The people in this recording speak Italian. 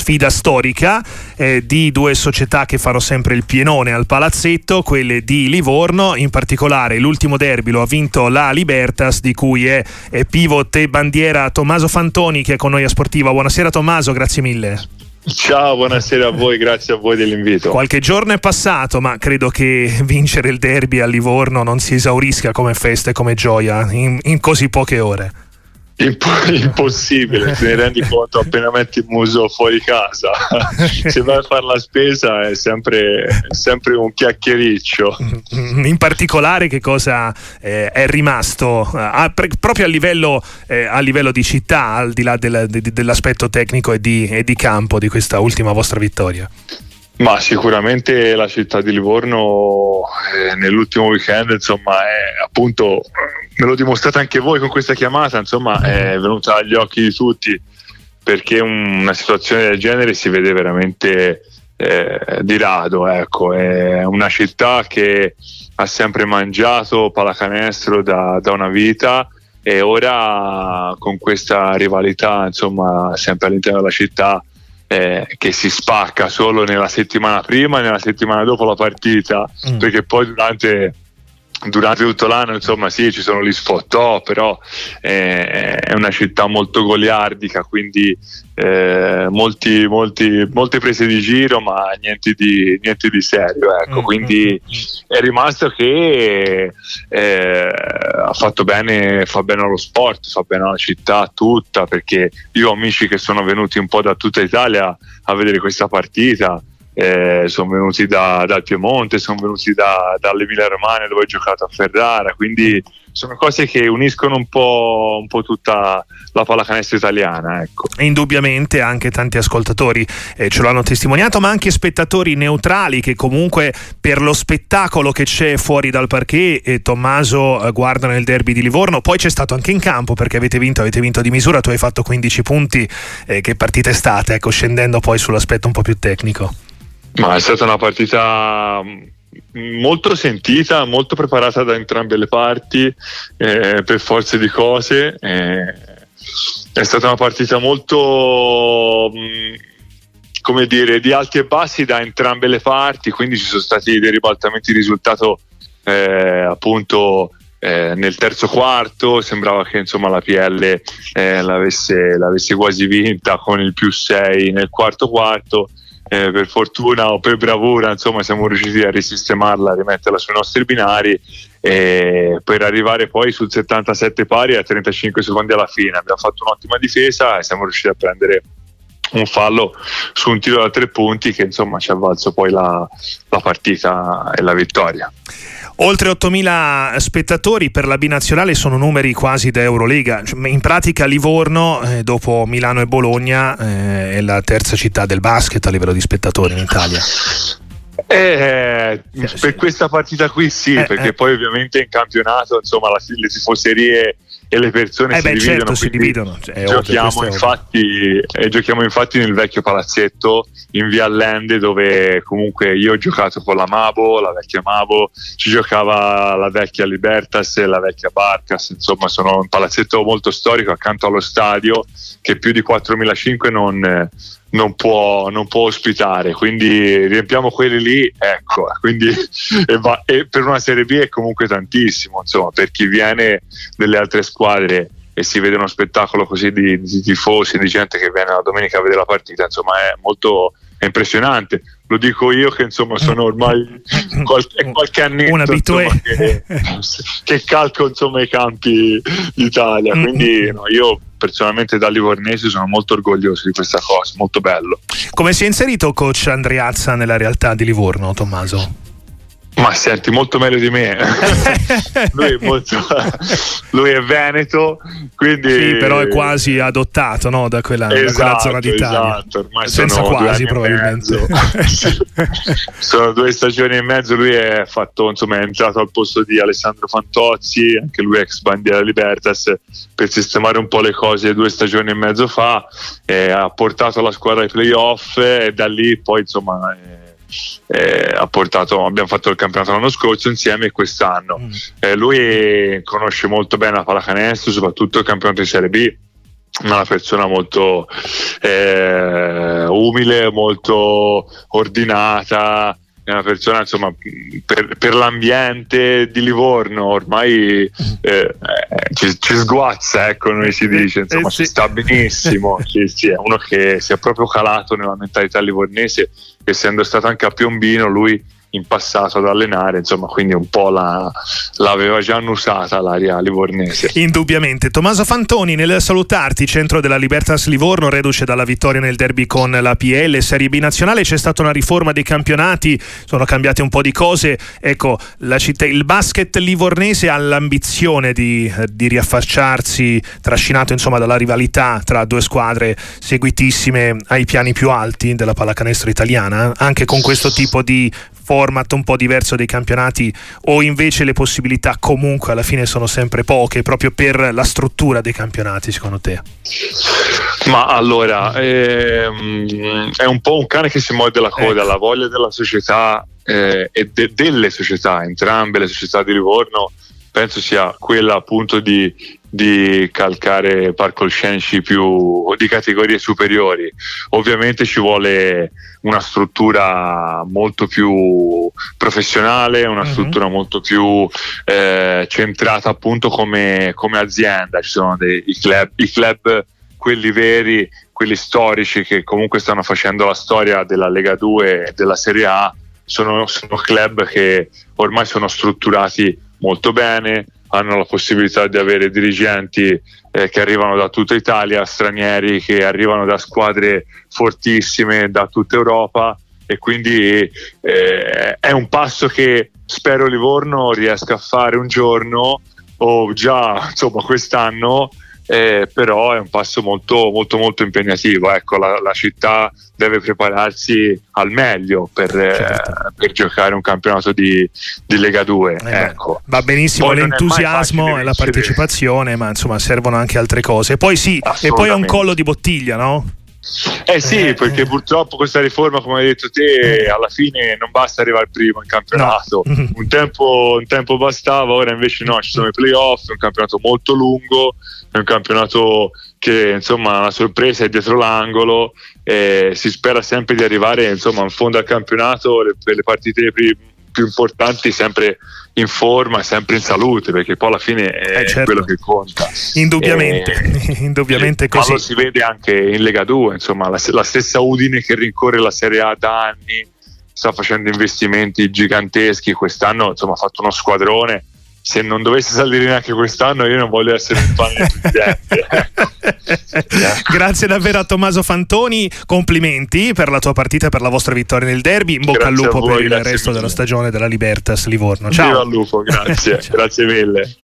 sfida storica di due società che fanno sempre il pienone al palazzetto, quelle di Livorno. In particolare l'ultimo derby lo ha vinto la Libertas, di cui è pivot e bandiera Tommaso Fantoni, che è con noi a Sportiva. Buonasera Tommaso, grazie mille. Ciao, buonasera a voi, grazie a voi dell'invito. Qualche giorno è passato, ma credo che vincere il derby a Livorno non si esaurisca come festa e come gioia in così poche ore. Impossibile, te ne rendi conto appena metti il muso fuori casa. Se vai a fare la spesa è sempre un chiacchiericcio. In particolare che cosa è rimasto proprio a livello di città, al di là dell'aspetto tecnico e di campo di questa ultima vostra vittoria? Ma sicuramente la città di Livorno nell'ultimo weekend, insomma, appunto, me lo dimostrate anche voi con questa chiamata, insomma, è venuta agli occhi di tutti, perché una situazione del genere si vede veramente di rado, ecco. È una città che ha sempre mangiato pallacanestro da una vita, e ora con questa rivalità, insomma, sempre all'interno della città, che si spacca solo nella settimana prima e nella settimana dopo la partita, perché poi durante tutto l'anno, insomma, sì, ci sono gli sfottò, però è una città molto goliardica, quindi molte prese di giro, ma niente di serio, ecco. Quindi è rimasto che fa bene allo sport, fa bene alla città tutta, perché io ho amici che sono venuti un po' da tutta Italia a vedere questa partita. Sono venuti dal Piemonte, sono venuti dall'Emilia Romagna, dove ho giocato a Ferrara, quindi sono cose che uniscono un po' tutta la pallacanestro italiana, ecco. E indubbiamente anche tanti ascoltatori ce lo hanno testimoniato, ma anche spettatori neutrali che comunque per lo spettacolo che c'è fuori dal parquet, Tommaso, guardano il derby di Livorno. Poi c'è stato anche in campo, perché avete vinto di misura, tu hai fatto 15 punti. Che partita è stata, ecco, scendendo poi sull'aspetto un po' più tecnico? Ma è stata una partita molto sentita, molto preparata da entrambe le parti, per forza di cose. È stata una partita molto, come dire, di alti e bassi da entrambe le parti, quindi ci sono stati dei ribaltamenti di risultato, appunto, nel terzo quarto. Sembrava che, insomma, la PL l'avesse quasi vinta con il +6 nel quarto quarto. Per fortuna o per bravura, insomma, siamo riusciti a risistemarla, a rimetterla sui nostri binari, per arrivare poi sul 77 pari a 35 secondi alla fine. Abbiamo fatto un'ottima difesa e siamo riusciti a prendere un fallo su un tiro da 3 punti che, insomma, ci ha valso poi la partita e la vittoria. Oltre 8.000 spettatori per la binazionale, sono numeri quasi da Eurolega. In pratica Livorno, dopo Milano e Bologna, è la terza città del basket a livello di spettatori in Italia. Per questa partita qui sì, perché poi ovviamente in campionato, insomma, le tifoserie e le persone si dividono. Giochiamo infatti nel vecchio palazzetto in via Allende, dove comunque io ho giocato con la Mabo, la vecchia Mabo, ci giocava la vecchia Libertas e la vecchia Barcas, insomma sono un palazzetto molto storico accanto allo stadio, che più di 4.500 non può ospitare, quindi riempiamo quelli lì, ecco. Quindi e per una Serie B è comunque tantissimo, insomma, per chi viene delle altre squadre e si vede uno spettacolo così di tifosi, di gente che viene la domenica a vedere la partita, insomma è impressionante. Lo dico io che, insomma, sono ormai qualche annetto, insomma, che calco, insomma, i campi d'Italia, quindi no, io personalmente da livornese sono molto orgoglioso di questa cosa, molto bello. Come si è inserito coach Andriazza nella realtà di Livorno, Tommaso? Ma senti, molto meglio di me. lui è veneto, quindi sì, però è quasi adottato, no, da quella zona d'Italia. Esatto, ormai senza quasi, probabilmente. Sono 2 stagioni e mezzo. Lui è entrato al posto di Alessandro Fantozzi, anche lui ex bandiera Libertas, per sistemare un po' le cose 2 stagioni e mezzo fa. Ha portato la squadra ai playoff e da lì poi, insomma, abbiamo fatto il campionato l'anno scorso insieme e quest'anno. Lui conosce molto bene la pallacanestro, soprattutto il campionato di Serie B, una persona molto umile, molto ordinata, è una persona, insomma, per l'ambiente di Livorno ormai ci sguazza, ecco, noi si dice, insomma, ci sta benissimo. Sì, è uno che si è proprio calato nella mentalità livornese, essendo stato anche a Piombino lui in passato ad allenare, insomma, quindi un po' l'aveva già annusata l'aria livornese. Indubbiamente. Tommaso Fantoni, nel salutarti, centro della Libertas Livorno, reduce dalla vittoria nel derby con la PL, Serie B nazionale, c'è stata una riforma dei campionati, sono cambiate un po' di cose, ecco, il basket livornese ha l'ambizione di riaffacciarsi, trascinato insomma dalla rivalità tra due squadre seguitissime, ai piani più alti della pallacanestro italiana, anche con questo tipo di format un po' diverso dei campionati, o invece le possibilità comunque alla fine sono sempre poche proprio per la struttura dei campionati, secondo te? Ma allora è un po' un cane che si morde la coda, la voglia della società e delle società, entrambe le società di Livorno, penso sia quella appunto di calcare palcoscenici più di categorie superiori. Ovviamente ci vuole una struttura molto più professionale, una struttura molto più centrata appunto come azienda. Ci sono i club, quelli veri, quelli storici, che comunque stanno facendo la storia della Lega 2 e della Serie A, sono club che ormai sono strutturati molto bene, hanno la possibilità di avere dirigenti che arrivano da tutta Italia, stranieri che arrivano da squadre fortissime da tutta Europa, e quindi è un passo che spero Livorno riesca a fare un giorno, o già insomma quest'anno, però è un passo molto molto molto impegnativo. Ecco, la città deve prepararsi al meglio per giocare un campionato di Lega 2. Ecco. Va benissimo poi l'entusiasmo e la partecipazione, ma insomma servono anche altre cose. Poi e poi è un collo di bottiglia, no? Sì, perché purtroppo questa riforma, come hai detto te, alla fine non basta arrivare primo in campionato. No. Un tempo bastava, ora invece no, ci sono i playoff, è un campionato molto lungo, è un campionato che insomma la sorpresa è dietro l'angolo, si spera sempre di arrivare insomma in fondo al campionato, per le partite più importanti sempre in forma, sempre in salute, perché poi alla fine è quello che conta. Indubbiamente così. Ma lo si vede anche in Lega 2, insomma, la stessa Udine che rincorre la Serie A da anni, sta facendo investimenti giganteschi, quest'anno insomma ha fatto uno squadrone. Se non dovesse salire neanche quest'anno, io non voglio essere un fan del presidente. Grazie davvero a Tommaso Fantoni, complimenti per la tua partita e per la vostra vittoria nel derby, in bocca al lupo per il resto della stagione della Libertas Livorno. Ciao. Viva al lupo, grazie. Grazie mille.